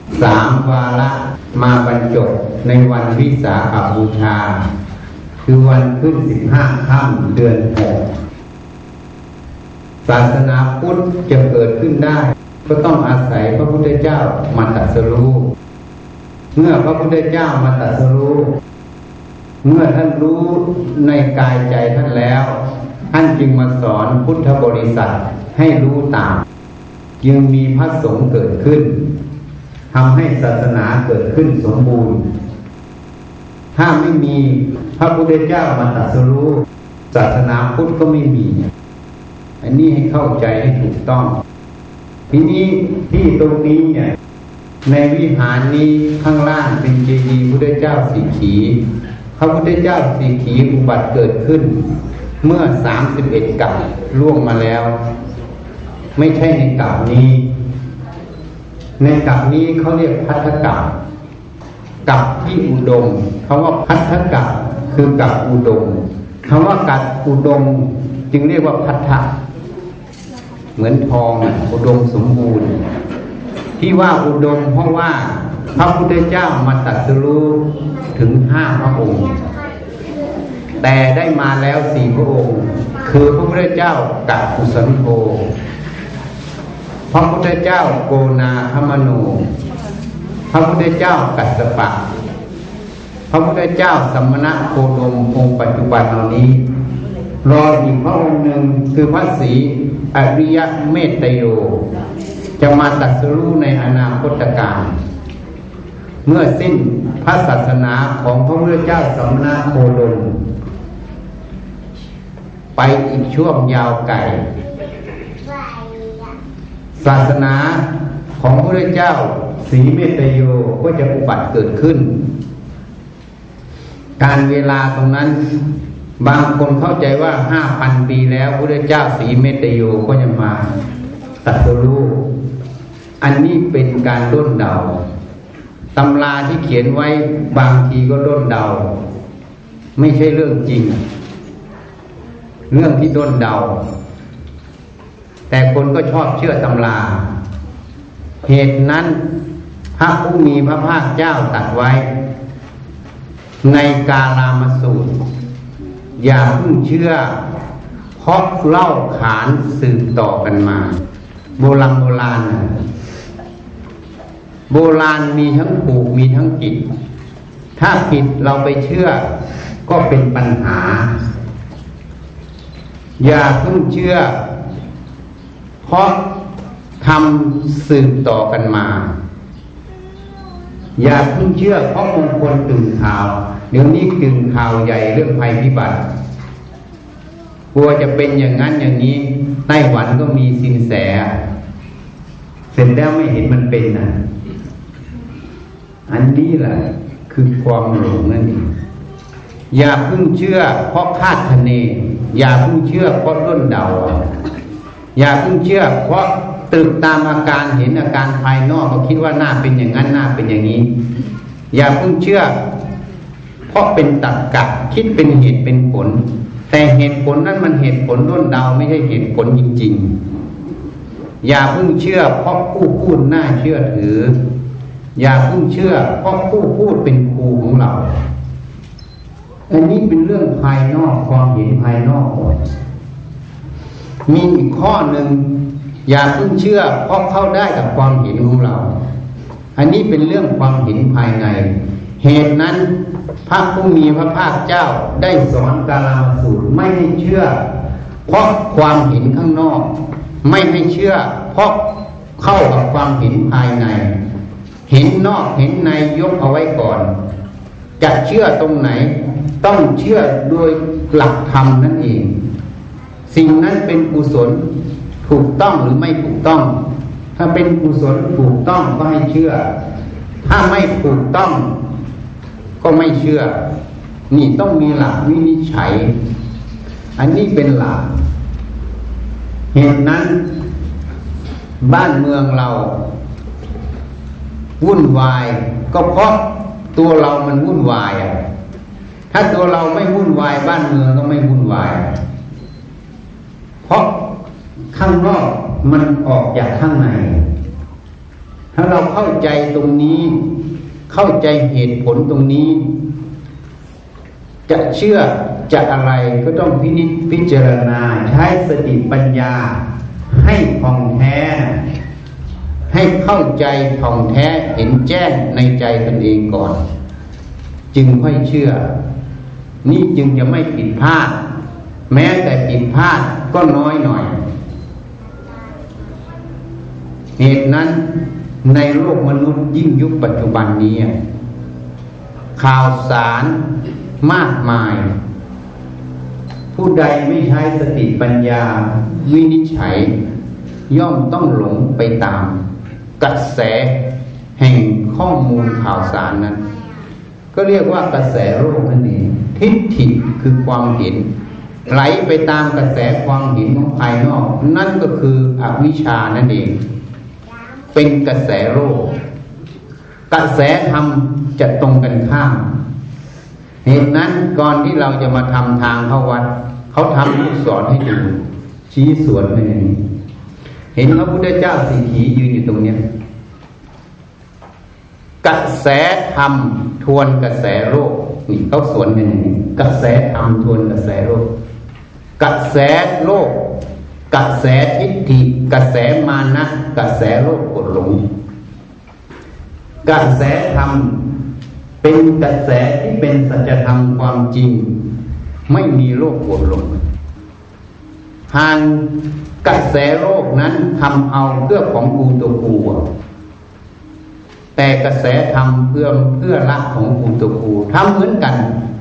3 วาระมาบรรจบในวันวิสาขบูชาคือวันขึ้น15 ค่ำเดือน 6ศาสนาพุทธจะเกิดขึ้นได้ก็ต้องอาศัยพระพุทธเจ้ามาตรัสรู้เมื่อพระพุทธเจ้ามาตรัสรู้เมื่อท่านรู้ในกายใจท่านแล้วท่านจึงมาสอนพุทธบริษัทให้รู้ตามจึงมีพระสงฆ์เกิดขึ้นทำให้ศาสนาเกิดขึ้นสมบูรณ์ถ้าไม่มีพระพุทธเจ้ามาตรัสรู้ศาสนาพุทธก็ไม่มีอันนี้ให้เข้าใจให้ถูกต้องทีนี้ที่ตรงนี้เนี่ยในวิหารนี้ข้างล่างเป็นเจดีย์พระพุทธเจ้าสีขีพระพุทธเจ้าสีขีอุบัติเกิดขึ้นเมื่อ31 กัปล่วงมาแล้วไม่ใช่ในกัปนี้ในกัปนี้เขาเรียกภัททกัปกัปที่อุดมคำว่าภัททกัปคือกัปอุดมคำว่ากัปอุดมจึงเรียกว่าภัททะเหมือนทองอุดมสมบูรณ์ที่ว่าอุดมเพราะว่าพระพุทธเจ้ามาตรัสรู้ถึง5 พระองค์แต่ได้มาแล้ว4 พระองค์คือพระพุทธเจ้ากัปปุสันโธพระพุทธเจ้าโกนาคมโนพระพุทธเจ้ากัสสปะพระพุทธเจ้าสัมมณะโคดมองค์ปัจจุบันเหล่านี้รออีกพระองค์หนึ่งคือพระศรีอริยเมตโยจะมาตรัสรู้ในอนาคตการเมื่อสิ้นพระศาสนาของพระพุทธเจ้าสัมมณะโคดมไปอีกช่วงยาวไกลศาสนาของพระพุทธเจ้าศรีเมตโยก็จะอุบัติเกิดขึ้นการเวลาตรงนั้นบางคนเข้าใจว่า 5,000 ปีแล้วพระพุทธเจ้าศรีเมตโยก็จะมาตรัสรู้อันนี้เป็นการด้นเดาตำราที่เขียนไว้บางทีก็ด้นเดาไม่ใช่เรื่องจริงเรื่องที่ด้นเดาแต่คนก็ชอบเชื่อตำราเหตุนั้นพระผู้มีพระภาคเจ้าตรัสไว้ในกาลามสูตรอย่าเพิ่งเชื่อเพราะเล่าขานสืบต่อกันมาโบราณมีทั้งถูกมีทั้งผิดถ้าผิดเราไปเชื่อก็เป็นปัญหาอย่าเพิ่งเชื่อเพราะทำสืบต่อกันมาอย่าเพิ่งเชื่อเพราะมงคลตื่นข่าวเดี๋ยวนี้ตื่นข่าวใหญ่เรื่องภัยพิบัติกลัวจะเป็นอย่างนั้นอย่างนี้ไต้หวันก็มีสินแสเสร็จแล้วไม่เห็นมันเป็นนะอันนี้แหละคือความหลงนั่นเองอย่าเพิ่งเชื่อเพราะคาดคะเนอย่าเพิ่งเชื่อเพราะต้นเดาอย่าเพิ่งเชื่อเพราะตื่นตามอาการเห็นอาการภายนอกก็คิดว่าหน้าเป็นอย่างนั้นหน้าเป็นอย่างนี้อย่าเพิ่งเชื่อเพราะเป็นตรรกะคิดเป็นเหตุเป็นผลแต่เหตุผลนั้นมันเหตุผลด้นเดาไม่ใช่เหตุผลจริงๆอย่าเพิ่งเชื่อเพราะผู้พูดน่าเชื่อถืออย่าเพิ่งเชื่อเพราะผู้พูดเป็นครูของเราอันนี้เป็นเรื่องภายนอกความเห็นภายนอกมีอีกข้อหนึ่งอย่าเพิ่งเชื่อเพราะเข้าได้กับความเห็นของเราอันนี้เป็นเรื่องความเห็นภายในเหตุนั้นพระผู้มีพระภาคเจ้าได้สอนกาลามสูตรไม่ให้เชื่อเพราะความเห็นข้างนอกไม่ให้เชื่อเพราะเข้ากับความเห็นภายในเห็นนอกเห็นในยกเอาไว้ก่อนจะเชื่อตรงไหนต้องเชื่อโดยหลักธรรมนั่นเองสิ่งนั้นเป็นกุศลถูกต้องหรือไม่ถูกต้องถ้าเป็นกุศลถูกต้องก็ให้เชื่อถ้าไม่ถูกต้องก็ไม่เชื่อนี่ต้องมีหลักวินิจฉัยอันนี้เป็นหลักเหตุนั้นบ้านเมืองเราวุ่นวายก็เพราะตัวเรามันวุ่นวายถ้าตัวเราไม่วุ่นวายบ้านเมืองก็ไม่วุ่นวายเพราะข้างนอกมันออกจากข้างในถ้าเราเข้าใจตรงนี้เข้าใจเหตุผลตรงนี้จะเชื่อจะอะไรก็ต้องพินิจพิจารณาใช้สติปัญญาให้ท่องแท้ให้เข้าใจท่องแท้เห็นแจ้งในใจตนเองก่อนจึงค่อยเชื่อนี่จึงจะไม่ผิดพลาดแม้แต่ผิดพลาดก็น้อยหน่อยเหตุนั้นในโลกมนุษย์ยิ่งยุคปัจจุบันนี้ข่าวสารมากมายผู้ใดไม่ใช้สติปัญญาวินิจฉัยย่อมต้องหลงไปตามกระแสแห่งข้อมูลข่าวสารนั้นก็เรียกว่ากระแสโลกนั่นเองทิฏฐิคือความเห็นไหลไปตามกระแสความเห็นของภายนอกนั่นก็คืออวิชชานั่นเองเป็นกระแสโลกกระแสธรรมจะตรงกันข้ามเหตุนั้นก่อนที่เราจะมาทำทางเข้าวัดเขาทำลูกศรให้ดูชี้สวนไปอย่างนี้เห็นพระพุทธเจ้าสีขียืนอยู่ตรงนี้กระแสธรรมทวนกระแสโลกนี่เขาสวนกันอย่างนี้กระแสธรรมทวนกระแสโลกกระแสโลกกระแสทิฏฐิกระแสมานะกระแสโลกกดหลงกระแสธรรมเป็นกระแสที่เป็นสัจธรรมความจริงไม่มีโลกกดหลงทางกระแสโลกนั้นทำเอาเพื่อของกูตัวกูแต่กระแสธรรมเพื่อละของกูตัวกูทำเหมือนกัน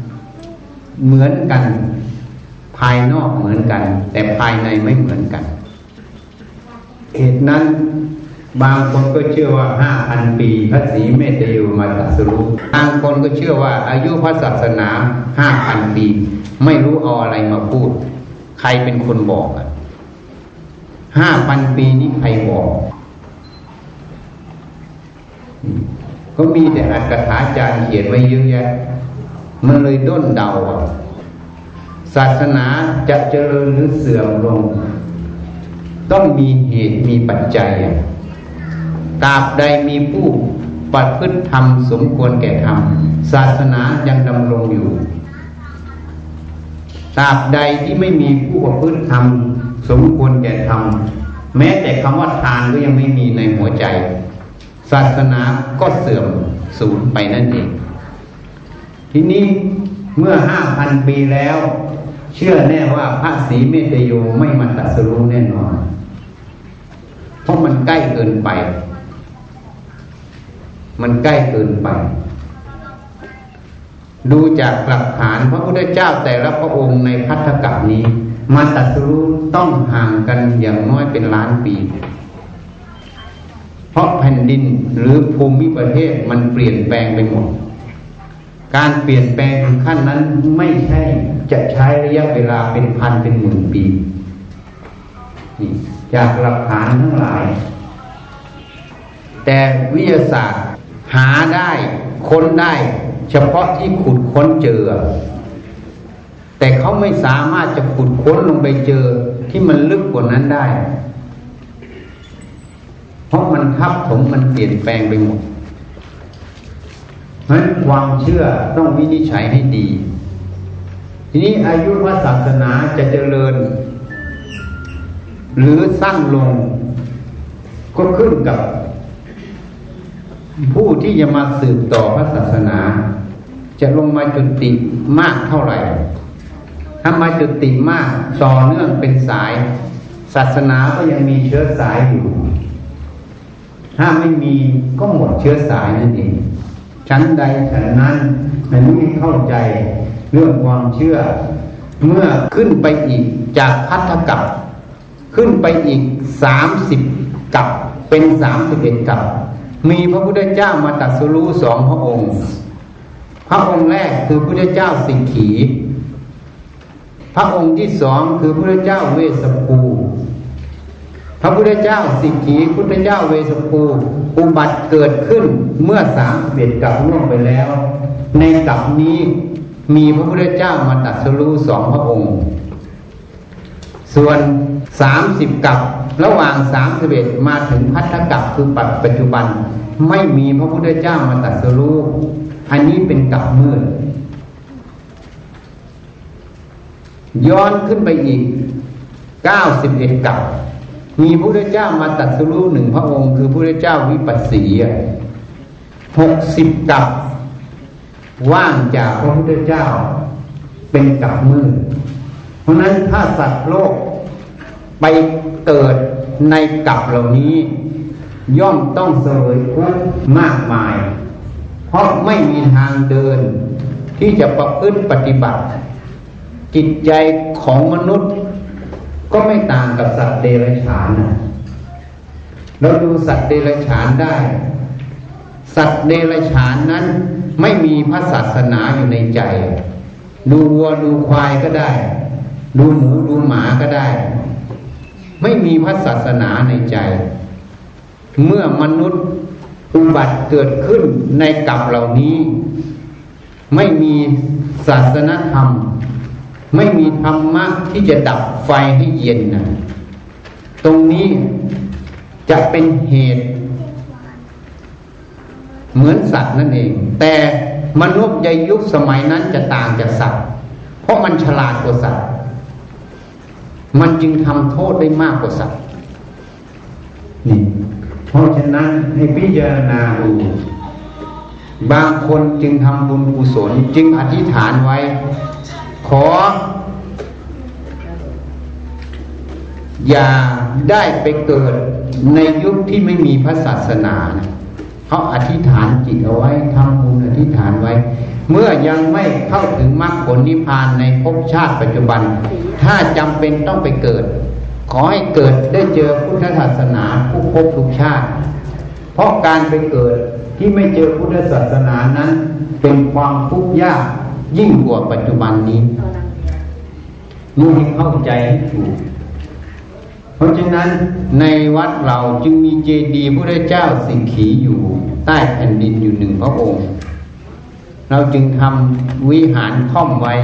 ภายนอกเหมือนกันแต่ภายในไม่เหมือนกันเหตุนั้นบางคนก็เชื่อว่า 5,000 ปีพระศรีเมตโยมาตรัสรู้บางคนก็เชื่อว่าอายุพระศาสนา 5,000 ปีไม่รู้เอาอะไรมาพูดใครเป็นคนบอก5,000 ปีนี้ใครบอกก็มีแต่อัตถกถาจารย์เขียนไว้เยอะแยะมันเลยด้นเดาศาสนาจะเจริญหรือเสื่อมลงต้องมีเหตุมีปัจจัยตราบใดมีผู้ประพฤติธรรมสมควรแก่ธรรมศาสนายังดำรงอยู่ตราบใดที่ไม่มีผู้ประพฤติธรรมสมควรแก่ธรรมแม้แต่คำว่าทานก็ยังไม่มีในหัวใจศาสนาก็เสื่อมสูญไปนั่นเองทีนี้เมื่อ 5,000 ปีแล้วเชื่อแน่ว่าพระศรีเมตโยไม่มาตรัสรู้แน่นอนเพราะมันใกล้เกินไปดูจากหลักฐานพระพุทธเจ้าแต่ละพระองค์ในภัททกัปนี้มาตรัสรู้ต้องห่างกันอย่างน้อยเป็นล้านปีเพราะแผ่นดินหรือภูมิประเทศมันเปลี่ยนแปลงไปหมดการเปลี่ยนแปลงขั้นนั้นไม่ใช่จะใช้ระยะเวลาเป็นพันเป็นหมื่นปีนี่จากหลักฐานทั้งหลายแต่วิทยาศาสตร์หาได้ค้นได้เฉพาะที่ขุดค้นเจอแต่เขาไม่สามารถจะขุดค้นลงไปเจอที่มันลึกกว่านั้นได้เพราะมันทับถมมันเปลี่ยนแปลงไปหมดเพราะฉะนั้นความเชื่อต้องวินิจฉัยให้ดีทีนี้อายุพระศาสนาจะเจริญหรือสั้นลงก็ขึ้นกับผู้ที่จะมาสืบต่อพระศาสนาจะลงมาจุติมากเท่าไหร่ถ้ามาจุติมากต่อเนื่องเป็นสายศาสนาก็ยังมีเชื้อสายอยู่ถ้าไม่มีก็หมดเชื้อสายนั่นเองชั้นใดชั้นนั้นอันนี้เข้าใจเรื่องความเชื่อเมื่อขึ้นไปอีกจากภัททกัปขึ้นไปอีก30กัปเป็น31กัปมีพระพุทธเจ้ามาตรัสรู้2พระองค์พระองค์แรกคือพระพุทธเจ้าสิกขีพระองค์ที่2คือพระพุทธเจ้าเวสสภูพระพุทธเจ้าสิกขีพุทธเจ้าเวสสภูอุบัติเกิดขึ้นเมื่อ31กัปล่วงไปแล้วในกัปนี้มีพระพุทธเจ้ามาตรัสรู้2พระองค์ส่วน30กัประหว่าง31มาถึงภัททกัปคือปัจจุบันไม่มีพระพุทธเจ้ามาตรัสรู้อันนี้เป็นกัปมืดย้อนขึ้นไปอีก91กัปมีพระพุทธเจ้ามาตรัสรู้1พระองค์คือพระพุทธเจ้าวิปัสสี60กัปว่างจากพระพุทธเจ้าเป็นกัปมืดเพราะนั้นถ้าสัตว์โลกไปเกิดในกัปเหล่านี้ย่อมต้องเสวยทุกข์มากมายเพราะไม่มีทางเดินที่จะประพฤติปฏิบัติจิตใจของมนุษย์ก็ไม่ต่างกับสัตว์เดรัจฉานนะเราดูสัตว์เดรัจฉานได้สัตว์เดรัจฉานนั้นไม่มีพระศาสนาอยู่ในใจดูวัวดูควายก็ได้ดูหมูดูหมาก็ได้ไม่มีพระศาสนาในใจเมื่อมนุษย์อุบัติเกิดขึ้นในกัปเหล่านี้ไม่มีศาสนธรรมไม่มีธรรมะที่จะดับไฟให้เย็นนะตรงนี้จะเป็นเหตุเหมือนสัตว์นั่นเองแต่มนุษย์ในยุคสมัยนั้นจะต่างจากสัตว์เพราะมันฉลาดกว่าสัตว์มันจึงทำโทษได้มากกว่าสัตว์นี่เพราะฉะนั้นให้พิจารณาดูบางคนจึงทำบุญกุศลจึงอธิษฐานไว้ขออย่าได้ไปเกิดในยุคที่ไม่มีพระศาสนาเขาอธิษฐานจิตเอาไว้ทำบุญอธิษฐานไว้เมื่อยังไม่เข้าถึงมรรคผลนิพพานในภพชาติปัจจุบันถ้าจำเป็นต้องไปเกิดขอให้เกิดได้เจอพุทธศาสนาทุกภพทุกชาติเพราะการไปเกิดที่ไม่เจอพุทธศาสนานั้นเป็นความทุกข์ยากยิ่งกว่าปัจจุบันนี้นี่ให้เข้าใจให้ถูกเพราะฉะนั้นในวัดเราจึงมีเจดีย์พระพุทธเจ้าสิงขีอยู่ใต้แผ่นดินอยู่1พระองค์เราจึงทำวิหารค่อมไว้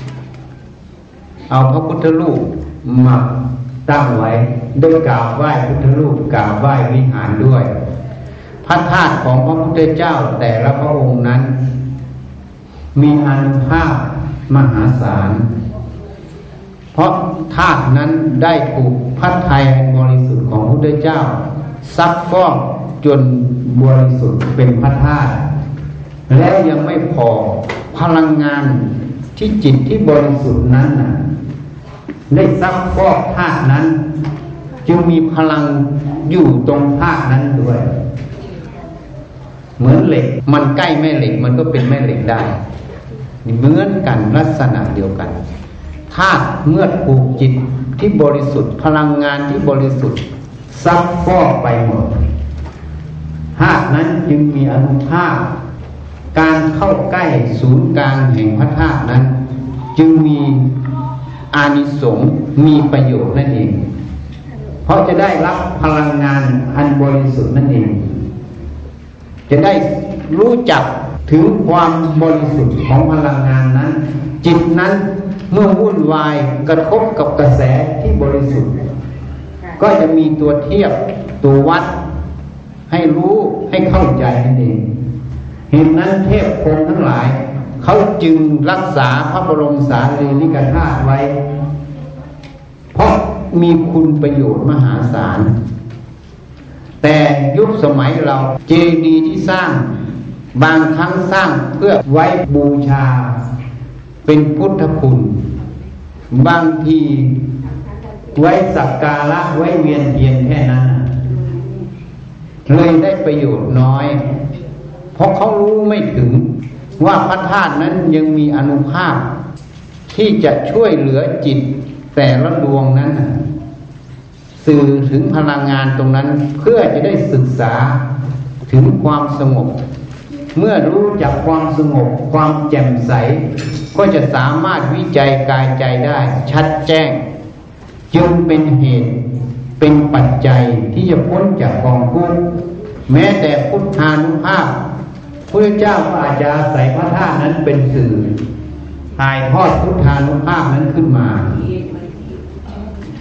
เอาพระพุทธรูปมาตั้งไว้โดยกราบไหว้พุทธรูปกราบไหว้วิหารด้วยพระธาตุของพระพุทธเจ้าแต่ละพระองค์นั้นมีอานุภาพมหาศาลเพราะธาตุนั้นได้ถูกพระทัยบริสุทธิ์ของพระพุทธเจ้าซักฟอกจนบริสุทธิ์เป็นพระธาตุและยังไม่พอพลังงานที่จิตที่บริสุทธิ์นั้นได้ซักฟอกธาตุนั้นจึงมีพลังอยู่ตรงธาตุนั้นด้วยเหมือนเหล็กมันใกล้แม่เหล็กมันก็เป็นแม่เหล็กได้เหมือนกันลักษณะเดียวกันธาตุเมื่อถูกจิตที่บริสุทธิ์พลังงานที่บริสุทธิ์ซักฟอกไปหมดธาตุนั้นจึงมีอานุภาพการเข้าใกล้ศูนย์กลางแห่งพระธาตุนั้นจึงมีอานิสงส์มีประโยชน์นั่นเองเพราะจะได้รับพลังงานอันบริสุทธิ์นั่นเองจะได้รู้จักถึงความบริสุทธิ์ของพลังงานนั้นจิตนั้นเมื่อวุ่นวายกระทบกับกระแสที่บริสุทธิ์ก็จะมีตัวเทียบตัววัดให้รู้ให้เข้าใจนั่นเองเหตุนั้นเทพพรหมทั้งหลายเขาจึงรักษาพระบรมสารีริกธาตุไว้เพราะมีคุณประโยชน์มหาศาลแต่ยุคสมัยเราเจดีย์ที่สร้างบางครั้งสร้างเพื่อไว้บูชาเป็นพุทธคุณบางทีไว้สักการะไว้เวียนเทียนแค่นั้นเลยได้ประโยชน์น้อยเพราะเขารู้ไม่ถึงว่าพระธาตุนั้นยังมีอานุภาพที่จะช่วยเหลือจิตแต่ละดวงนั้นสื่อถึงพลังงานตรงนั้นเพื่อจะได้ศึกษาถึงความสงบเมื่อรู้จักความสงบความแจ่มใสก็จะสามารถวิจัยกายใจได้ชัดแจ้งจึงเป็นเหตุเป็นปัจจัยที่จะพ้นจากกองทุกข์แม้แต่พุทธานุภาพพระเจ้าก็อาจจะอาศัยพระธาตุนั้นเป็นสื่อถ่ายทอดพุทธานุภาพนั้นขึ้นมา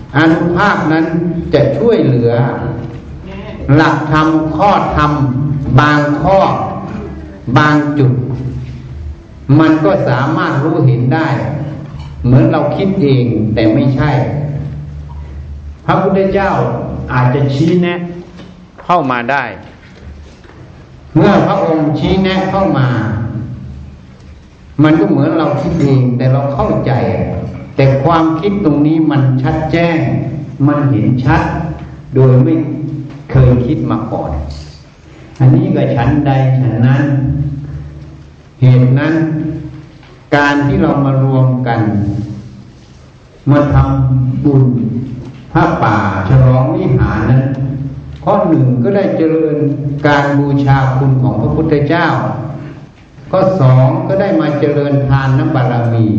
อานุภาพนั้นจะช่วยเหลือหลักธรรมข้อธรรมบางข้อบางจุดมันก็สามารถรู้เห็นได้เหมือนเราคิดเองแต่ไม่ใช่พระพุทธเจ้าอาจจะชี้แนะเข้ามาได้เมื่อพระองค์ชี้แนะเข้ามามันก็เหมือนเราคิดเองแต่เราเข้าใจแต่ความคิดตรงนี้มันชัดแจ้งมันเห็นชัดโดยไม่เคยคิดมาก่อนอันนี้ก็ฉันใดฉันนั้นเหตุนั้นการที่เรามารวมกันมาทำบุญพระป่าฉลองวิหารนั้นข้อหนึ่งก็ได้เจริญการบูชาคุณของพระพุทธเจ้าข้อสองก็ได้มาเจริญทานน้ำบารมี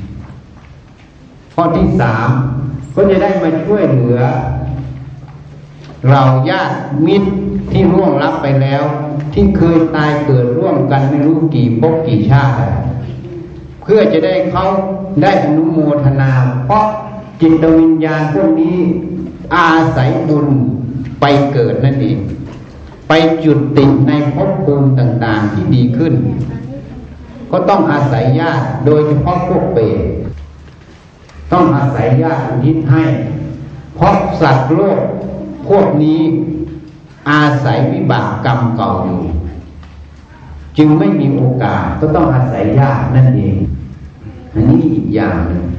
ข้อที่สามก็จะได้มาช่วยเหลือเราญาติมิตรที่ร่วงลับไปแล้วที่เคยตายเกิดร่วมกันไม่รู้กี่ภพกี่ชาติเพื่อจะได้เขาได้อนุโมทนาเพราะจิตวิญญาณพวกนี้อาศัยบุญไปเกิดนั่นเองไปจุติในภพภูมิต่างๆที่ดีขึ้นก็ต้องอาศัยญาติโดยเฉพาะพวกเปรตต้องอาศัยญาติอุทิศให้เพราะสัตว์โลกพวกนี้อาศัยวิบากกรรมเก่าอยู่จึงไม่มีโอกาสก็ต้องอาศัยญาตินั่นเองอันนี้อีกอย่างหนึ่ง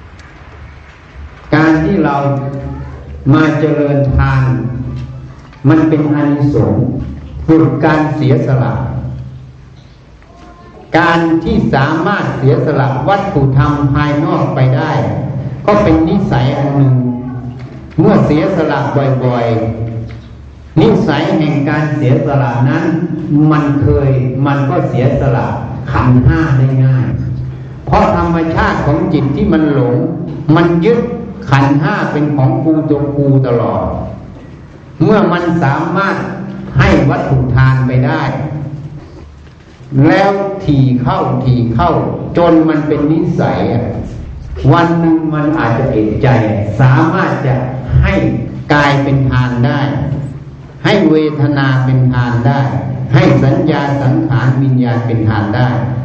การที่เรามาเจริญทานมันเป็นอานิสงส์ฝึกการเสียสละการที่สามารถเสียสละวัตถุธรรมภายนอกไปได้ก็เป็นนิสัยอันหนึ่งเมื่อเสียสละบ่อยๆนิสัยแห่งการเสียสละนั้นมันก็เสียสละขันธ์ห้าได้ง่ายเพราะธรรมชาติของจิตที่มันหลงมันยึดขันธ์ห้าเป็นของกูตัวกูตลอดเมื่อมันสามารถให้วัตถุทานไปได้แล้วถี่เข้าจนมันเป็นนิสัยวันหนึ่งมันอาจจะเอกใจสามารถจะให้กายเป็นทานได้ให้เวทนาเป็นทานได้ให้สัญญาสังขารวิญญาณเป็นทานได้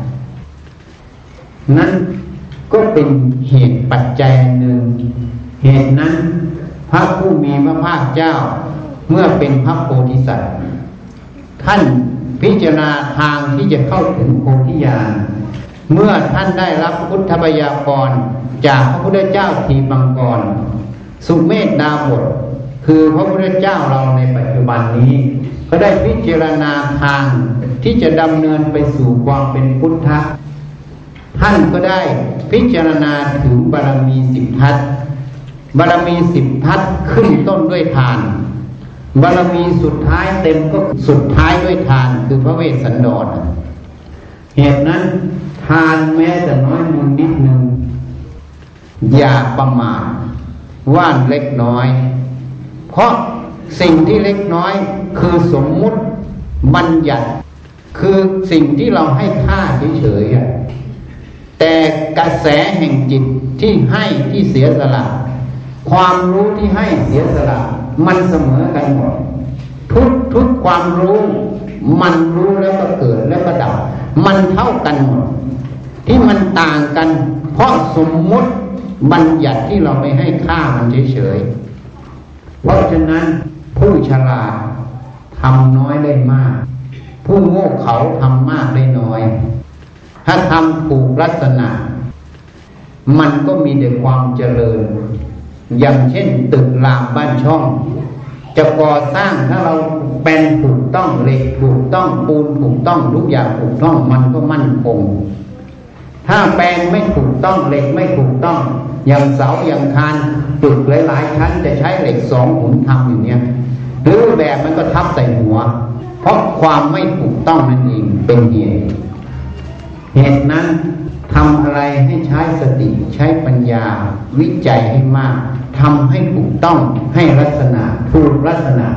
นั้นก็เป็นเหตุปัจจัยหนึ่งเหตุนั้นพระผู้มีพระภาคเจ้าเมื่อเป็นพระโพธิสัตว์ท่านพิจารณาทางที่จะเข้าถึงโพธิญาณเมื่อท่านได้รับพุทธบัญญัติจากพระพุทธเจ้าทีปังกรสุเมธดาบทคือพระพุทธเจ้าเราในปัจจุบันนี้ก็ได้พิจารณาทางที่จะดำเนินไปสู่ความเป็นพุทธะท่านก็ได้พิจารณาถึงบารมี10 ทัศน์บารมี10 ทัศน์ขึ้นต้นด้วยทานบารมีสุดท้ายเต็มก็สุดท้ายด้วยทานคือพระเวสสันดรเหตุนั้นทานแม้แต่น้อยมุนนิดนึงอย่าประมาทว่านเล็กน้อยเพราะสิ่งที่เล็กน้อยคือสมมุติบัญญัติคือสิ่งที่เราให้ค่าเฉยๆแต่กระแสแห่งจิตที่ให้ที่เสียสละความรู้ที่ให้เสียสละมันเสมอกันหมดทุกความรู้มันรู้แล้วก็เกิดแล้วก็ดับมันเท่ากันหมดที่มันต่างกันเพราะสมมุติบัญญัติที่เราไปให้ค่ามันเฉยๆเพราะฉะนั้นผู้ฉลาดทำน้อยได้มากผู้โง่เขลาทำมากได้น้อยถ้าทำถูกลักษณะมันก็มีแต่ความเจริญอย่างเช่นตึกรามบ้านช่องจะก่อสร้างถ้าเราแปลนถูกต้องเหล็กถูกต้องปูนถูกต้องทุกอย่างถูกต้องมันก็มั่นคงถ้าแปลนไม่ถูกต้องเหล็กไม่ถูกต้องอย่างเสาอย่างคานตึกหลายๆชั้นจะใช้เหล็ก2 หุนทำอย่างเนี้ยหรือแบบมันก็ทับใส่หัวเพราะความไม่ถูกต้องนั่นเองเป็นเหตุนั้นทำอะไรให้ใช้สติใช้ปัญญาวิจัยให้มากทำให้ถูกต้องให้ลักษณะถูกลักษณะ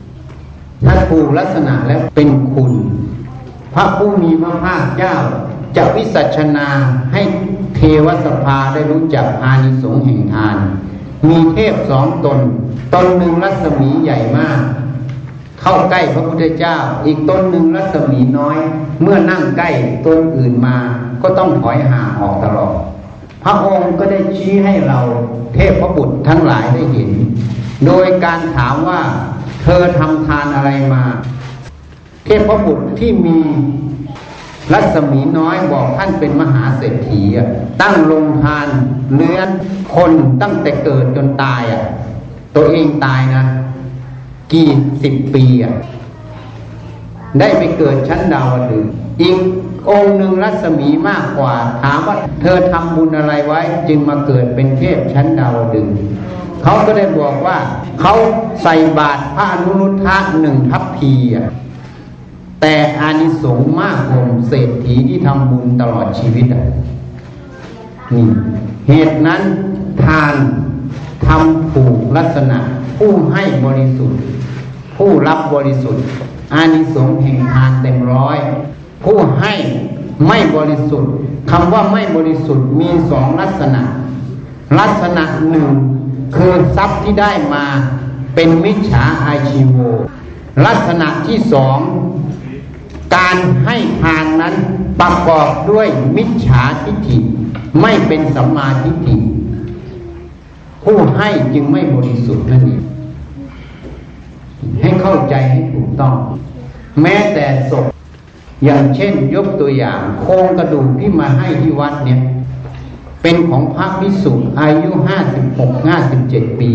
ถ้าถูกลักษณะแล้วเป็นคุณพระผู้มีพระภาคเจ้าจะวิสัชนาให้เทวสภาได้รู้จักอานิสงส์แห่งทานมีเทพ2 ตนตนหนึ่งรัศมีใหญ่มากเข้าใกล้พระพุทธเจ้าอีกตนหนึ่งรัศมีน้อยเมื่อนั่งใกล้ตนอื่นมาก็ต้องถอยห่างออกตลอดพระองค์ก็ได้ชี้ให้เราเทพบุตรทั้งหลายได้เห็นโดยการถามว่าเธอทำทานอะไรมาเทพบุตรที่มีรัศมีน้อยบอกท่านเป็นมหาเศรษฐีตั้งโรงทานเลี้ยงคนตั้งแต่เกิดจนตายตัวเองตายนะกี่10 ปีได้ไปเกิดชั้นดาวดึงส์อีกองค์หนึ่งรัศมีมากกว่าถามว่าเธอทำบุญอะไรไว้จึงมาเกิดเป็นเทพชั้นดาวดึงส์เขาก็ได้บอกว่าเขาใส่บาตรพระอนุรุทธะ1 ทัพพีแต่อานิสงส์มากกว่าเศรษฐีที่ทำบุญตลอดชีวิตนี่เหตุนั้นทานทำถูกลักษณะผู้ให้บริสุทธิ์ผู้รับบริสุทธิ์อานิสงส์แห่งทานเต็มร้อยผู้ให้ไม่บริสุทธิ์คำว่าไม่บริสุทธิ์มี2 ลักษณะลักษณะ1คือทรัพย์ที่ได้มาเป็นมิจฉาอาชีโวลักษณะที่2การให้ทานนั้นประกอบด้วยมิจฉาทิฏฐิไม่เป็นสัมมาทิฏฐิผู้ให้จึงไม่บริสุทธิ์นั่นเองให้เข้าใจให้ถูกต้องแม้แต่ศพอย่างเช่นยกตัวอย่างโครงกระดูกที่มาให้ที่วัดเนี่ยเป็นของพระภิกษุอายุ56-57 ปี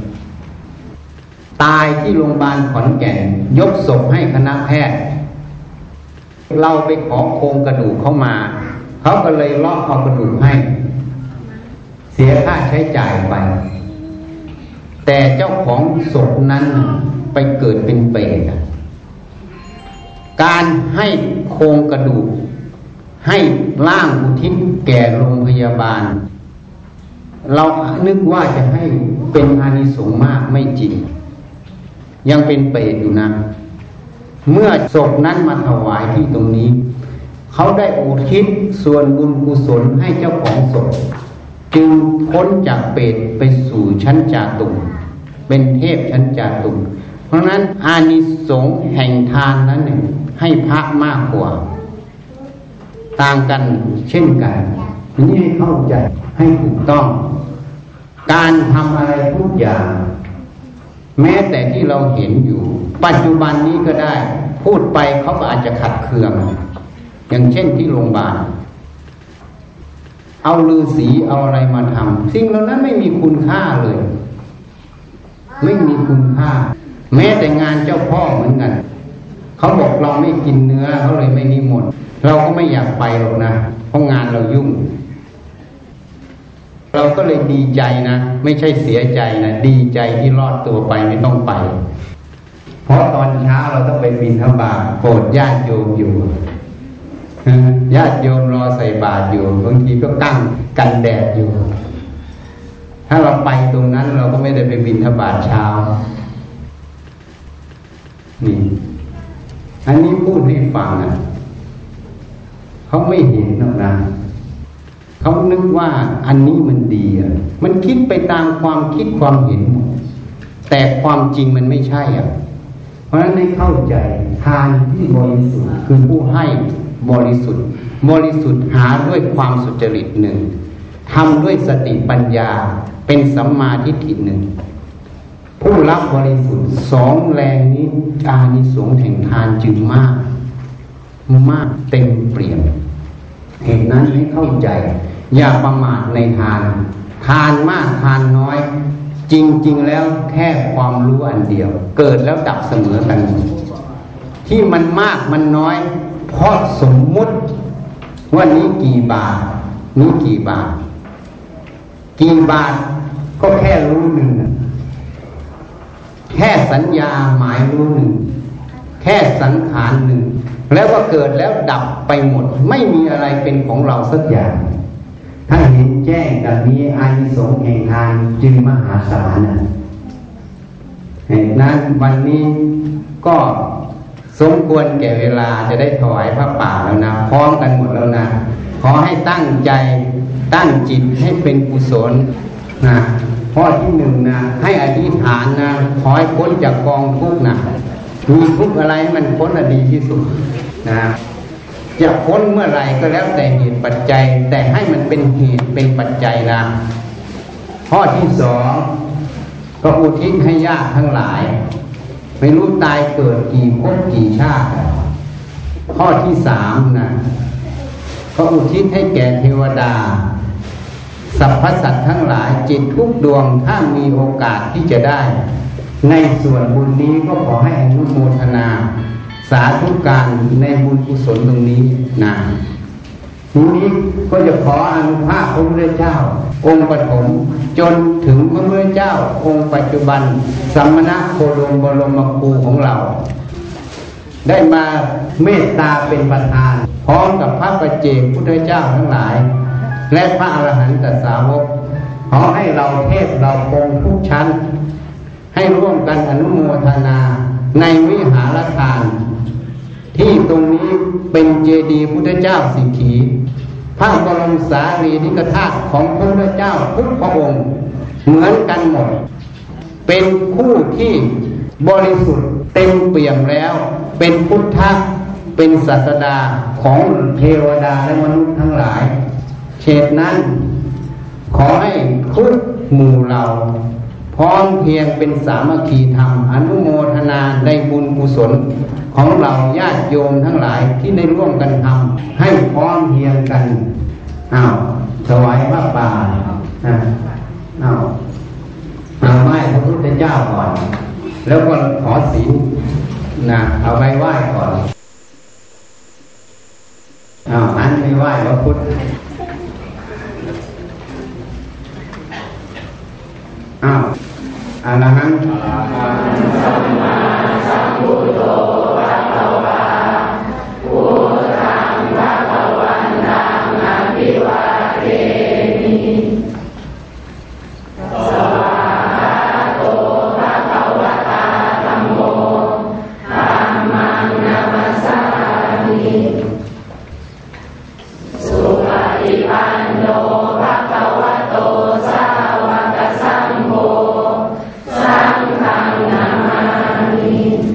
ตายที่โรงพยาบาลขอนแก่นยกศพให้คณะแพทย์เราไปขอโครงกระดูกเข้ามาเขาก็เลยเลาะเอากระดูกให้เสียค่าใช้จ่ายไปแต่เจ้าของศพนั้นไปเกิดเป็นเปรตการให้โครงกระดูกให้ร่างอุทิศแก่โรงพยาบาลเรานึกว่าจะให้เป็นอานิสงส์มากไม่จริงยังเป็นเปรตอยู่นะเมื่อศพนั้นมาถวายที่ตรงนี้เขาได้อุทิศส่วนบุญกุศลให้เจ้าของศพจึงพ้นจากเปรตไปสู่ชั้นจาตุมเป็นเทพชั้นจาตุมเพราะนั้นอานิสงส์แห่งทานนั้นให้พระมากกว่าต่างกันเช่นกันนี่ให้เข้าใจให้ถูกต้องการทำอะไรทุกอย่างแม้แต่ที่เราเห็นอยู่ปัจจุบันนี้ก็ได้พูดไปเขาก็อาจจะขัดเคืองอย่างเช่นที่โรงพยาบาลเอาฤาษีเอาอะไรมาทำสิ่งเหล่านั้นไม่มีคุณค่าเลยไม่มีคุณค่าแม้แต่งานเจ้าพ่อเหมือนกันเขาบอกเราไม่กินเนื้อเขาเลยไม่นิมนต์เราก็ไม่อยากไปหรอกนะเพราะงานเรายุ่งเราก็เลยดีใจนะไม่ใช่เสียใจนะดีใจที่รอดตัวไปไม่ต้องไปเพราะตอนเช้าเราต้องไปบิณฑบาตโปรดญาติโยมอยู่ญาติโยมรอใส่บาตรอยู่บางทีก็ตั้งกันแดดอยู่ถ้าเราไปตรงนั้นเราก็ไม่ได้ไปบิณฑบาตเช้านี่อันนี้พูดให้ฟังเขาไม่เห็นหรอกนะเขานึกว่าอันนี้มันดีมันคิดไปตามความคิดความเห็นแต่ความจริงมันไม่ใช่เพราะฉะนั้นให้เข้าใจทานที่บริสุทธิ์คือผู้ให้บริสุทธิ์หาด้วยความสุจริตหนึ่งทำด้วยสติปัญญาเป็นสัมมาทิฏฐิหนึ่งผู้รับบริสุทธิ์2แรงนี้อานิสงส์แห่งทานจึงมากเต็มเปี่ยมเหตุนั้นให้เข้าใจอย่าประมาทในทานมากทานน้อยจริงๆแล้วแค่ความรู้อันเดียวเกิดแล้วดับเสมอกันที่มันมากมันน้อยเพราะสมมุติว่านี้กี่บาทนี้กี่บาทก็แค่รู้หนึ่งแค่สัญญาหมายรู้หนึ่งแค่สังขารหนึ่งแล้วก็เกิดแล้วดับไปหมดไม่มีอะไรเป็นของเราสักอย่างถ้าเห็นแจ้งดังนี้อานิสงส์แห่งทานจึงมหาศาลเหตุนั้นวันนี้ก็สสมควรแก่เวลาจะได้ถวายพระป่าแล้วนะพร้อมกันหมดแล้วนะขอให้ตั้งใจตั้งจิตให้เป็นกุศลนะข้อที่หนึ่งนะให้อธิษฐานนะขอให้พ้นจากกองทุกข์นะมีทุกข์อะไรมันพ้นดีที่สุดนะจะพ้นเมื่อไหร่ก็แล้วแต่เหตุปัจจัยแต่ให้มันเป็นเหตุเป็นปัจจัยนะข้อที่สองก็อุทิศให้ญาติทั้งหลายไม่รู้ตายเกิดกี่ภพกี่ชาติข้อที่สามนะก็อุทิศให้แก่เทวดาสรรพสัตว์ทั้งหลายจิตทุกดวงถ้ามีโอกาสที่จะได้ในส่วนบุญนี้ก็ขอให้อนุโมทนาสาธุการในบุญกุศลตรงนี้นะทีนี้ก็จะขออนุภาพพระพุทธเจ้าองค์ปฐมจนถึงพระพุทธเจ้าองค์ปัจจุบันสัมมณโคดมบรมครูของเราได้มาเมตตาเป็นประธานพร้อมกับพระปัจเจกพุทธเจ้าทั้งหลายและพระอรหันตสาวกขอให้เราเทพเราคงทุกชั้นให้ร่วมกันอนุโมทนาในวิหารทานที่ตรงนี้เป็นเจดีย์พุทธเจ้าสิกขีพระบรมสารีริกธาตุของพระพุทธเจ้าทุกพระองค์เหมือนกันหมดเป็นผู้ที่บริสุทธิ์เต็มเปี่ยมแล้วเป็นพุทธะเป็นศาสดาของเทวดาและมนุษย์ทั้งหลายเช่นนั้นขอให้ทุกหมู่เราพร้อมเพียงเป็นสามัคคีธรรมอนุโมทนาในบุญกุศลของเราญาติโยมทั้งหลายที่ได้ร่วมกันทำให้พร้อมเพียงกันถวายพระป่าไหว้พระพุทธเจ้าก่อนแล้วก็ขอศีลเอาไปไหว้ก่อนหันไปไหว้พระพุทธอรหังสัมมาสัมพุทโธภะคะวาพุทธังภะคะวันตังอะภิวาเทมิสวากขาโตภะคะวะตาธัมโมธัมมังนัมมัสสามิสุปฏิปันโนภะคะวะโตสาวกสังโฆสังฆังนามามิ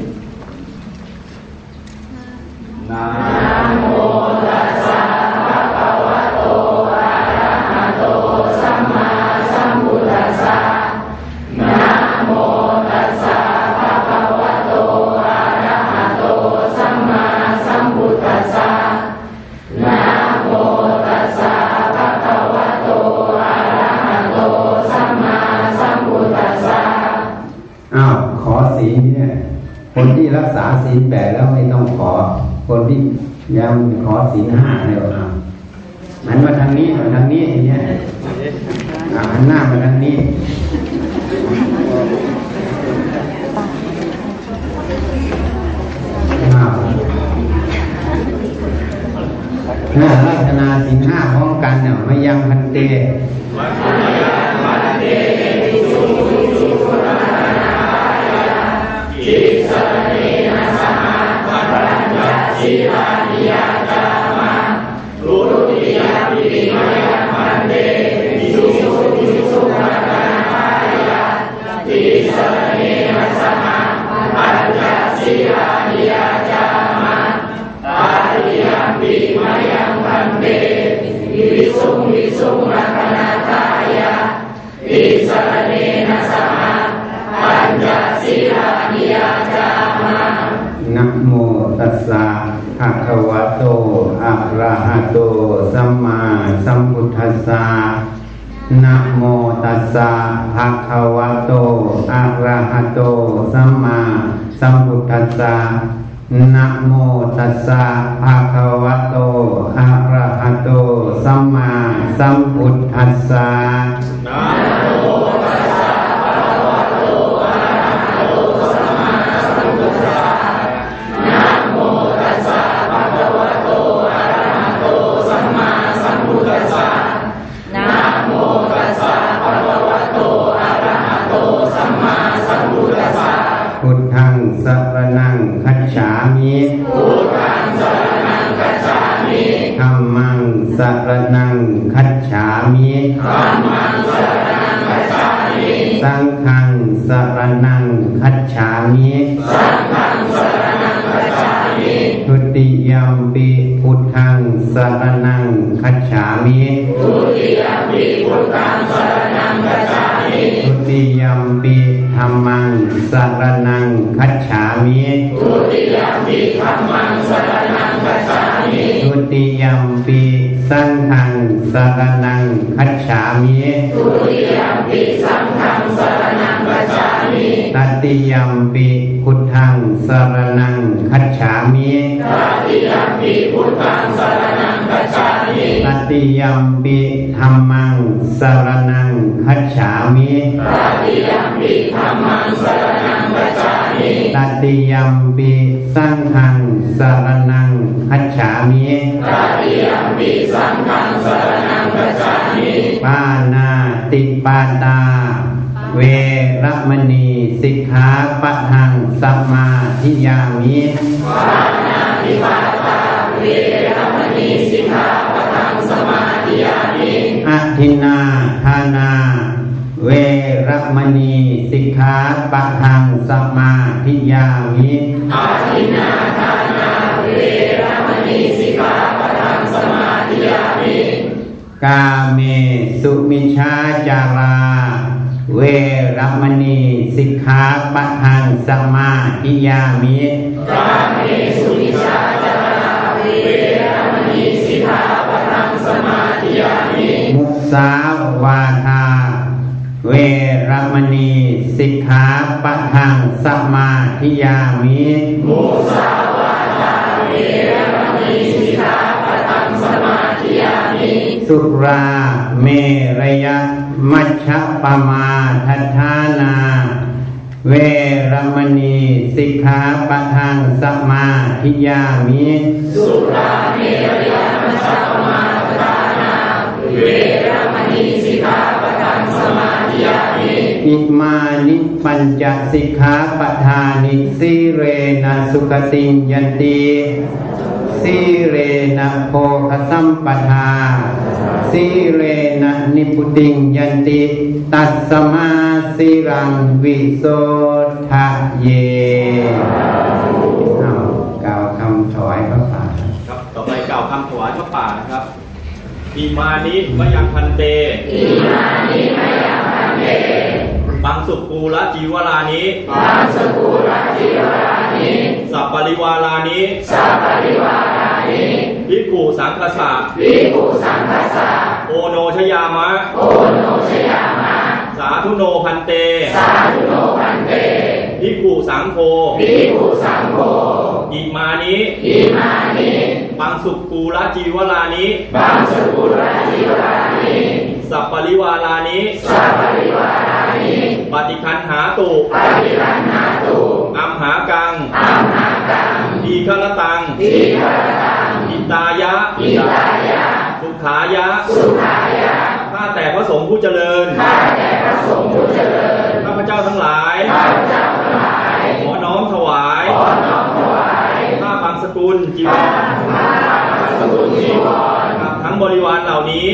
นะโมตัสสะภะคะวะโตอะระหะโตสัมมาสัมพุทธัสสะนะโมตัสสะภะคะวะโตอะระหะโตสัมมาสัมพุทธัสสะนะโมตัสสะภะคะวะโตอะระหะโตสัมมาสัมพุทธัสสะขอศีลเนี่ยคนที่รักษาศีล8แล้วไม่ต้องขอคนที่ยังขอศีล5เลยหันมาทางนี้มาทางนี้อย่างเงี้ยหันหน้ามาทางนี้ลักษณะศีล5พร้อมกันเนี่ยมายังพันเตอิสระเนนะสหะปัญญาสิลานิยาจามะรุติยาปิมยัมมันเตวิสุสุขะนาคายะอิสระเนนะสหะปัญญาสิลานิยาจามะตาติยัมปิมยัมมันเตวิสุขะนาคายะอิสระเนนะสหะปัญญาสิลานิยาจามะนะโมตัสสะภะคะวะโตอะระหะโตสัมมาสัมพุทธัสสะนะโมตัสสะภะคะวะโตอะระหะโตสัมมาสัมพุทธัสสะนะโมตัสสะภะคะวะโตอะระหะโตสัมมาสัมพุทธัสสะนะโมตัสสะภะคะวะโตอะระหะโตสัมมาสัมพุทธัสสะนะโมตัสสะภะคะวะโตอะระหะโตสัมมาสัมพุทธัสสะนะโมตัสสะภะคะวะโตอะระหะโตสัมมาสัมพุทธัสสะพุทธังสรณังคัจฉามิธัมมังสรณังคัจฉามิสังฆังสรณังคัจฉามิทุติยัมปิพุทธังสรณังคัจฉามิทุติยัมปิธัมมังสรณังคัจฉามิทุติยัมปิสังฆังสรณังคัจฉามิตติยัมปิพุทธังสรณังคัจฉามิตติยัมปิธัมมังสรณังคัจฉามิตติยัมปิสังฆังสรณังคัจฉามิปานาติปาตาเวรมณีสิกขาปะทังสมาธิยามิอะทินนาทานาเวรมณีสิกขาปะทังสมาธิยามิกาเมสุมิชาจาราเวรมณีสิกขาปะทังสมาธิยามิมุสาวาทาเวรมณีสิกขาปะทังสมาธิยามิสุราเมรยมัชฌปมาทัฏฐานาเวรมณีสิกขาปะทังสมาธิยามิสุราเมรยมัชฌปมาทัฏฐานาเวรมณีสิกขาปะทังสมาธิยามิอิมานิปัญจสิกขาปทานิสีเรนะสุขติยันติสีเรนะโภคสัมปทาสีเรนะนิพุติยันติตัสสมาสีรังวิโสทะเยกล่าวคำถวายพระป่าครับต่อไปกล่าวคำถวายพระป่านะครับอิมานิมยังพันเตปังสุกูละจีวรานิสัพปริวารานิภิกขุสังฆสะโอโนชยามะสาธุโนพันเตภิกขุสังโฆอิมานิปังสุกูละจีวรานิสัพปริวารานิปฏิคันหาตุอัมหากังทีฆรตังอิตายะสุขายะข้าแต่พระสงฆ์ผู้เจริญข้าพเจ้าทั้งหลายขอน้อมถวายข้าบังสกุลจีวรกับทั้งบริวารเหล่านี้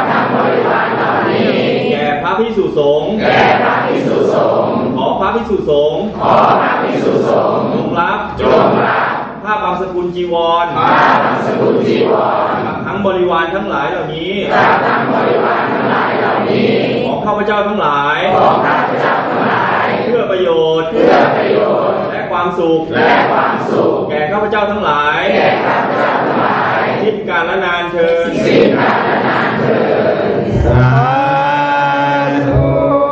แก่พระภิกษุสงฆ์ขอพระภิกษุสงฆ์จงรับผ้าบางสกุลจีวรกับทั้งบริวารทั้งหลายเหล่านี้ของข้าพเจ้าทั้งหลายเพื่อประโยชน์และความสุขแก่ข้าพเจ้าทั้งหลายสิ้นกาลนานเถิดสาธุ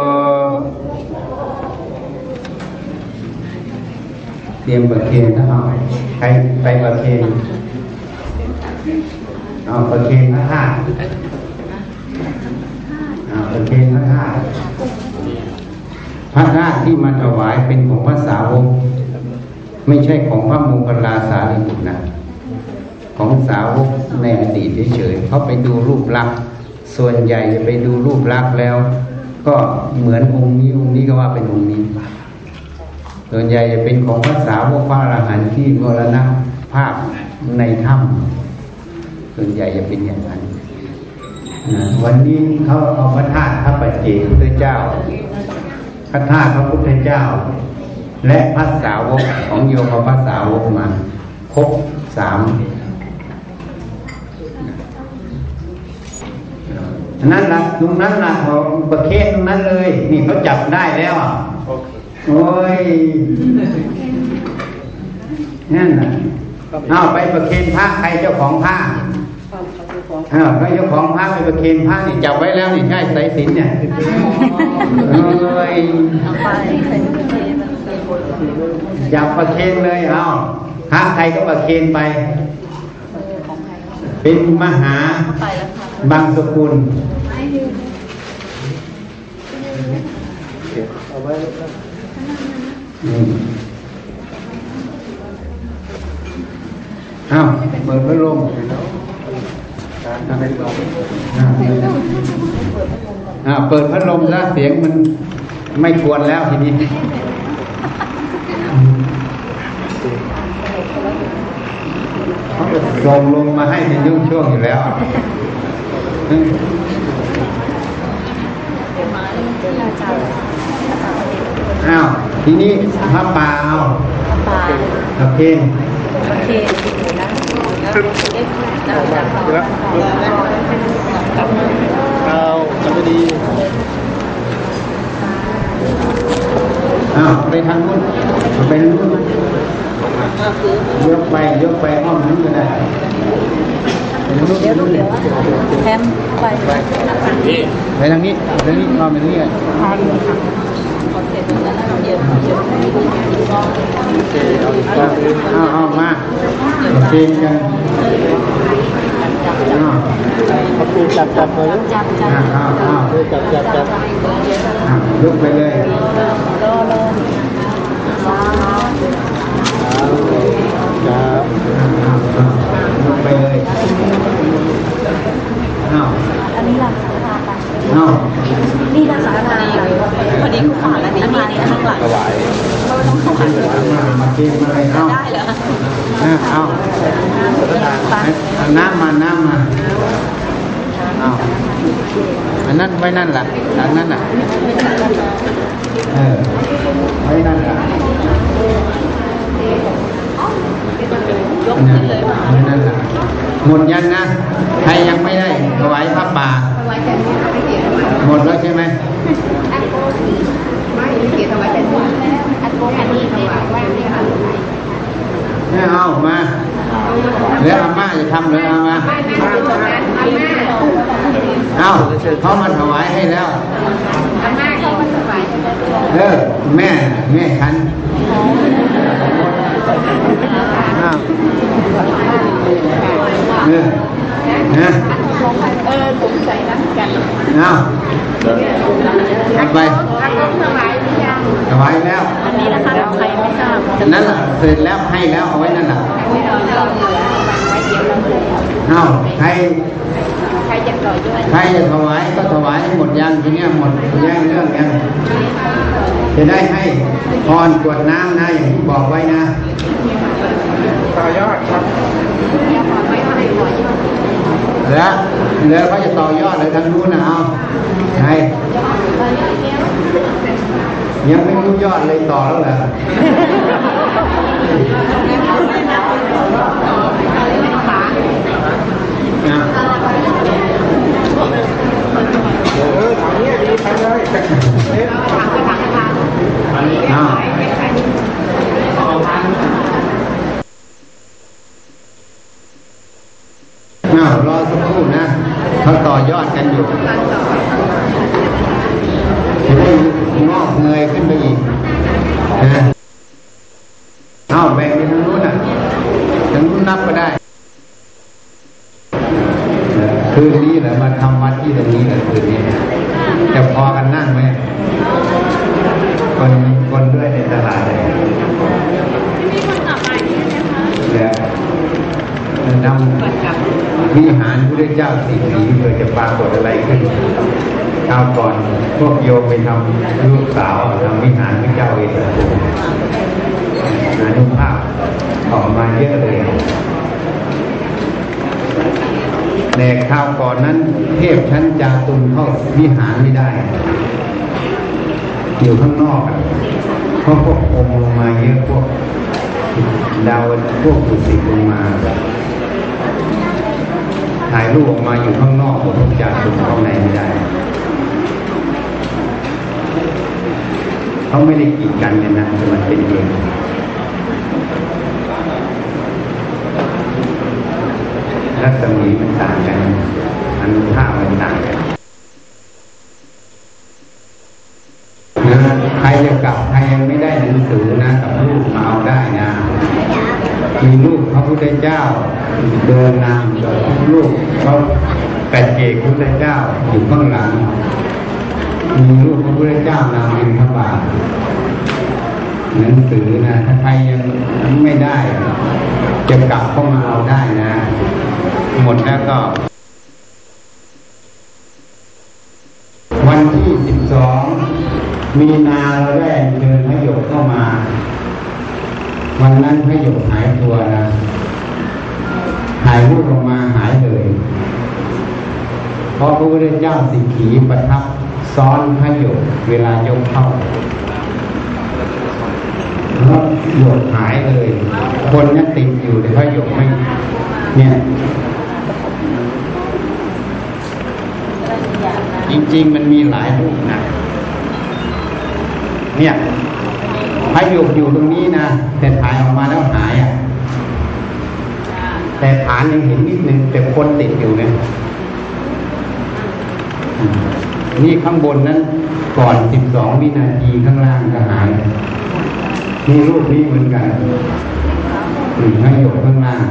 เตรียมประเคนนะเอาใครไปประเคนเอาประเคนพระธาตุประเคนพระธาตุพระธาตุที่มาถวายเป็นของพระสาวกไม่ใช่ของพระโมคคัลลาสารีบุตรนะของสาวกในอดีตเฉยๆเขาไปดูรูปลักษณ์ส่วนใหญ่จะไปดูรูปลักษณ์แล้วก็เหมือนองค์นี้ก็ว่าเป็นองค์นี้ส่วนใหญ่จะเป็นของพระสาวกพระอรหันต์ที่มรณภาพในถ้ำส่วนใหญ่จะเป็นอย่างนั้นวันนี้เขาเอาพระธาตุพระปัจเจกพุทธเจ้าพระธาตุพระพุทธเจ้าและพระสาวกของโยมพระสาวกมาครบ3นั่นล่ะตรงนั้นล่ะของประเทศตรงนั้นเลยนี่เขาจับได้แล้วโอ้ยนั่นน่ะเอาไปประเคนพระใครเจ้าของผ้าใครเจ้าของผ้าไปประเคนผ้านี่จับไว้แล้วนี่ใช่สายสิญจน์เนี่ยโอ้ยจับประเคนเลยเอาพระใครก็ประเคนไปเป็นมหาบางสกุลอ้าวเปิดพัดลมเปิดพัดลมแล้วเสียงมันไม่ควรแล้วทีนี้ส่งลงมาให้เป็นช่วงอยู่แล้วอ้าวทีนี้พระป่าเอาตะเคนเอาทำไปดีอ้าวไปทางนู้นไปทางนู้นยกไปอ้อมนู้นก็ได้ไปทางนู้นแทมไปไปทางนี้อ้อมไปทางนี้เลยเอามาเก่งกันขอบคุณจับเลยจับยกไปเลยยกไปเลยอันนี้หลังสารนาไปนี่หลังสารนาพอดีขวาแล้วนี่มาในข้างหลังมาเก่งอะไรเอาได้เหรอเอาน้ำมาเอาอันนั้นไว้นั่นแหละอันนั้นน่ะไว้นั่นแหละยกขึ้นเลยนั่นแหละหมดยังนะใครยังไม่ได้ถวายพระป่าหมดแล้วใช่ไหมไม่เอามาแล้วอาม่าจะทำเลยเอามาเอาเขามาถวายให้แล้วแม่ฉันผมใส่น้ำกันไปถวายแล้วอันนี้นะคะใครไม่ทราบนั่นแหละเสร็จแล้วให้แล้วเอาไว้นั่นแหละใครจะต่อยด้วยใครจะถวายก็ถวายให้หมดยังทีนี้หมดแย่งเรื่องยังจะได้ให้พรกรวดน้ำนะอย่างที่บอกไว้นะต่อยอดครับแล้วเขาจะต่อยอดเลยทางนู้นนะเอาใช่ยังไม่รู้ยอดเลยต่อแล้วเหรอทางนี้ดีไปเลยรอสักครู่นะเขาต่อยอดกันอยู่จะได้งอกเงยขึ้นไปอีกนะแบ่งไปทางนู้นทางนู้นนับก็ได้คืนนี้แหละมาทำวัดที่ตรงนี้แหละคืนนี้จะพอกันนั่งไหมคนด้วยในตลาดเลยนำวิหารพระเจ้าสีเพื่อจะปรากฏอะไรขึ้นคราวก่อนพวกโยมไปทำลูกสาวทำวิหารพระเจ้าเวสสุนั้นเทพชั้นจาตุมเข้าวิหารไม่ได้อยู่ข้างนอกเพราะพวกองค์ลงมาเยอะพวกดาวพวกดุสิตลงมาถ่ายรูปออกมาอยู่ข้างนอกพวกจาตุมเข้าในไม่ได้เขาไม่ได้กีดกันเนี่ยนะมันเป็นเองรัศมีมันต่างกันอนุภาพมันต่างกันนะใครจะกลับใครยังไม่ได้หนังสือนะกับลูกมาเอาได้นะมีลูกพระพุทธเจ้าเดินนำกับลูกเขาแปดเจกพระพุทธเจ้าอยู่ข้างหลังมีลูกพระพุทธเจ้านำบิณฑบาตหนังสือนะถ้าใครยังไม่ได้จะกลับเข้ามาเอาได้นะหมดแล้วก็วันที่12 มีนาเราได้เดินพระหยกเข้ามาวันนั้นพระหยกหายตัวนะหายรูปออกมาหายเลยเพราะพระพุทธเจ้าสิกขีประทับซ้อนพระหยกเวลายกเข้าแล้วหยกหายเลยคนนั้นติดอยู่แต่พระหยกไม่เนี่ยจริงๆมันมีหลายรูปนะเนี่ยพระหยกอยู่ตรงนี้นะแต่ถ่ายออกมาแล้วหายแต่ฐานยังเห็นนิดนึงแต่คนติดอยู่เนี่ยนี่ข้างบนนั้นก่อน12 วินาทีข้างล่างก็หายมีรูปนี้เหมือนกันพระหยกข้างล่าง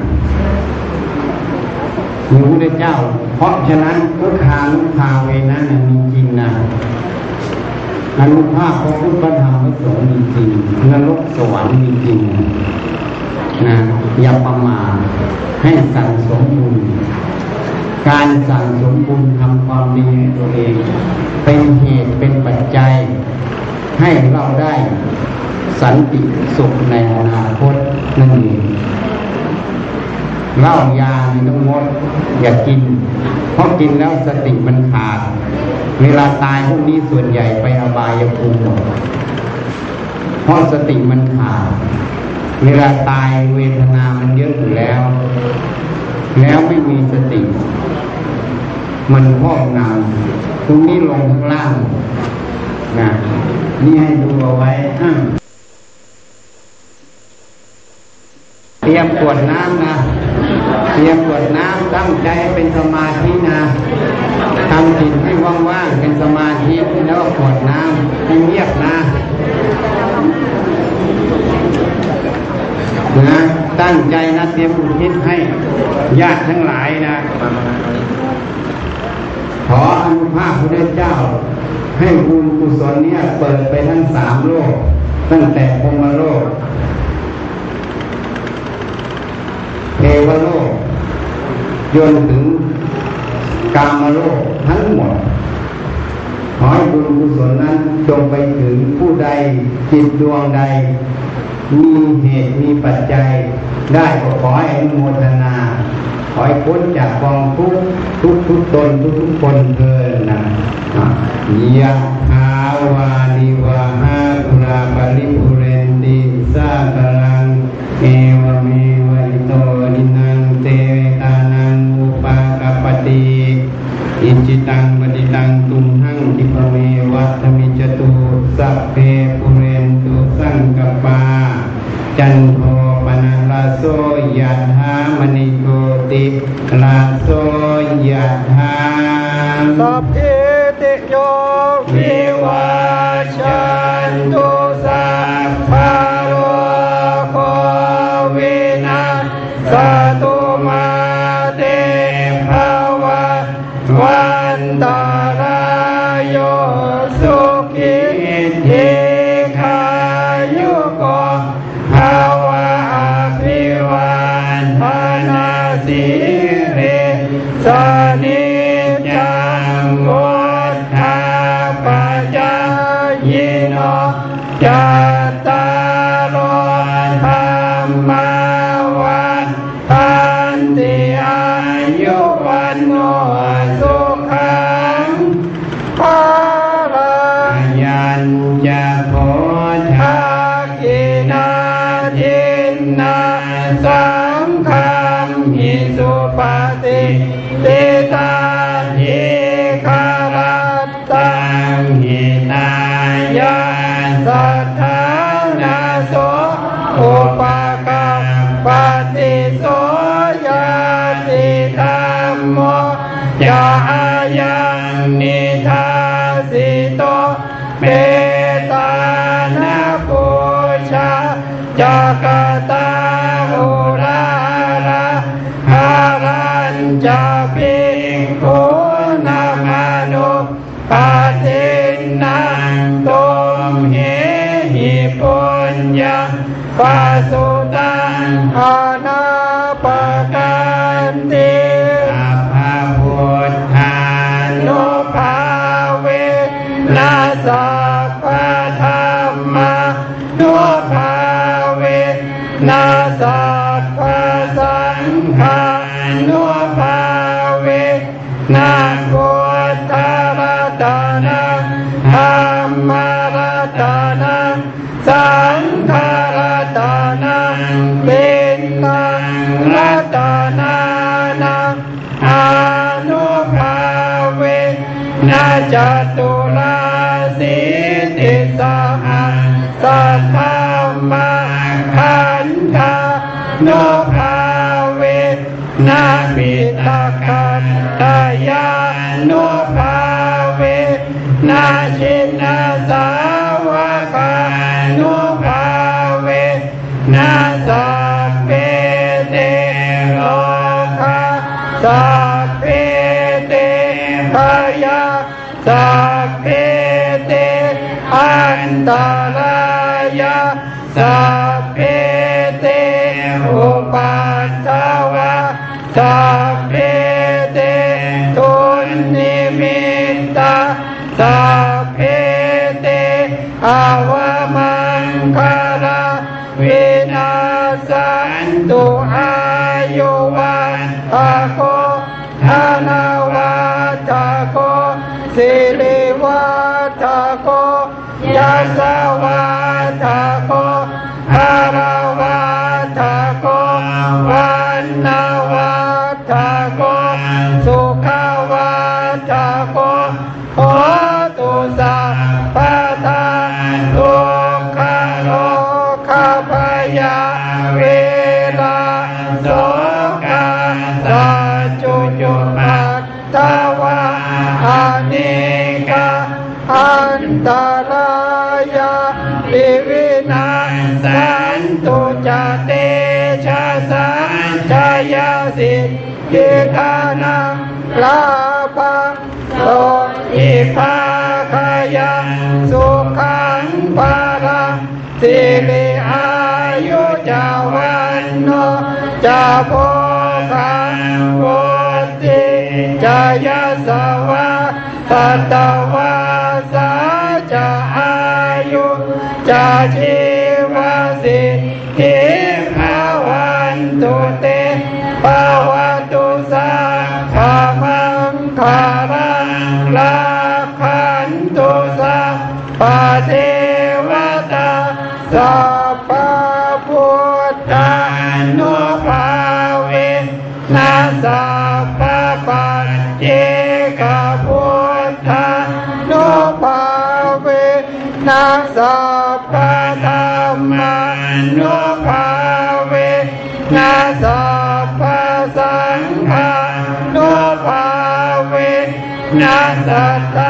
พระพุทธเจ้าเพราะฉะนั้นพุทธานุภาเวนะมีจริงนะอนุภาพของพุทธธรรมพระสงฆ์มีจริงนรกสวรรค์มีจริงนะอย่าประมาทให้สั่งสมบุญการสั่งสมบุญทำความดีในตัวเองเป็นเหตุเป็นปัจจัยให้เราได้สันติสุขในอนาคตนั่นเองเหล้ายาไม่ต้องงดอย่ากินเพราะกินแล้วสติมันขาดเวลาตายพวกนี้ส่วนใหญ่ไปอบายภูมิหมดเพราะสติมันขาดเวลาตายเวทนามันเยอะอยู่แล้วไม่มีสติมันครอบงำตรงนี้ลงข้างล่างนะนี่ให้ดูเอาไว้เตรียมกรวดน้ำนะเตรียมกรวดน้ำตั้งใจเป็นสมาธินะทำจิตให้ว่างๆเป็นสมาธิแล้วกรวดน้ำให้เงียบนะตั้งใจนะเตรียมอุทิศให้ญาติทั้งหลายนะขออนุภาพพระพุทธเจ้าให้บุญกุศลเนี่ยเปิดไปทั้ง3 โลกตั้งแต่พรหมโลกเทวโลกจนถึงกามโลกทั้งหมดขอให้บุญกุศลนั้นจงไปถึงผู้ใดจิตดวงใดมีเหตุมีปัจจัยได้ก็ขอให้อนุโมทนาขอให้พ้นจากกองทุกข์ทุกตนทุกคนเถิดนะยะถาวาลิวะหาปุราปริปุเรนติสาคลังเอวเมวะอิโตดินังเตตานังอุปากปติอิจิตังปฏิตังตุมหังทิปเมวัฏมิจตุสัพเพปุเรนตุสังกปาจันโทปนะระโสยะถามณิโกติระโสยะถาสัพเพติโยวิวัชชันตุสัพพะโรโควินาศตุมาเตภวัตวันตรายโยสุขิทีขายุโกภวะอภิวันธนาสิริสนิจังวุฒาปัจจายโนจัตตารโอธรรมวัฏฏันติอายุวันโนสุทินนาสังฆังหิสุปฏิทิตาหิคารัตตังหินายาสัทธานาโสอุปกัปปติโสยติธัมโมยะยังนิทาสิโตเปตานาปุชาจักตาหุราระหารัญจภิกขุนามานุปฏินังตุมเหหิปุญญาปัสสุตังอานาปกันติสัพพพุทธานุภาเวนัสสัพพธัมมานุภาเวนัสสัพพสังฆานุภาเวนะพุทธรัตนังธัมมรัตนังสังฆรัตนังเป็นตังรัตนานังอนุภาเวนะจตุราสีติสหัสสัทธัมมาขันธานุภาเวนะปิตคัตตายานุภาเวนะชินนาสาวกานุภาเวนะสัพเพเตโลกาสัพเพเตพยาสัพเพเตอันตรายาสัพเพเตอุปัสสวะสัพเพเตทุนนิมิตตาสัพเพเตอวมังคาราวินาสันตุอายุวันทโกธนวัฏโกสิริวัฏโกยัสสวัฏโกภารวัฏโกวันนาวัฏโกสุขวัฏโกโหตุสัพพทาทุกขโลกพยาเวราโสกาสัจจุจุปัตตวะอานิกาอันตรายาลิวินาสันตุจเตชะสัจจยสิทธิทานังลาภังโสอิภาคยังสุขังภารังสิริอายุจาวันโนจาโภคังโกติจายสวะตัตตวาสาจาอายุจาชีวสิทธิภาวันตุเตภาวตุสัพพมังคารังลาคันตุสัพพเทวตาสัพพพุทธานุภาเวนัสสัพพปัจเจกพุทธานุภาเวนัสสัพพธัมมานุภาเวนัสสัพพสังฆานุภาเวนัสสัทธา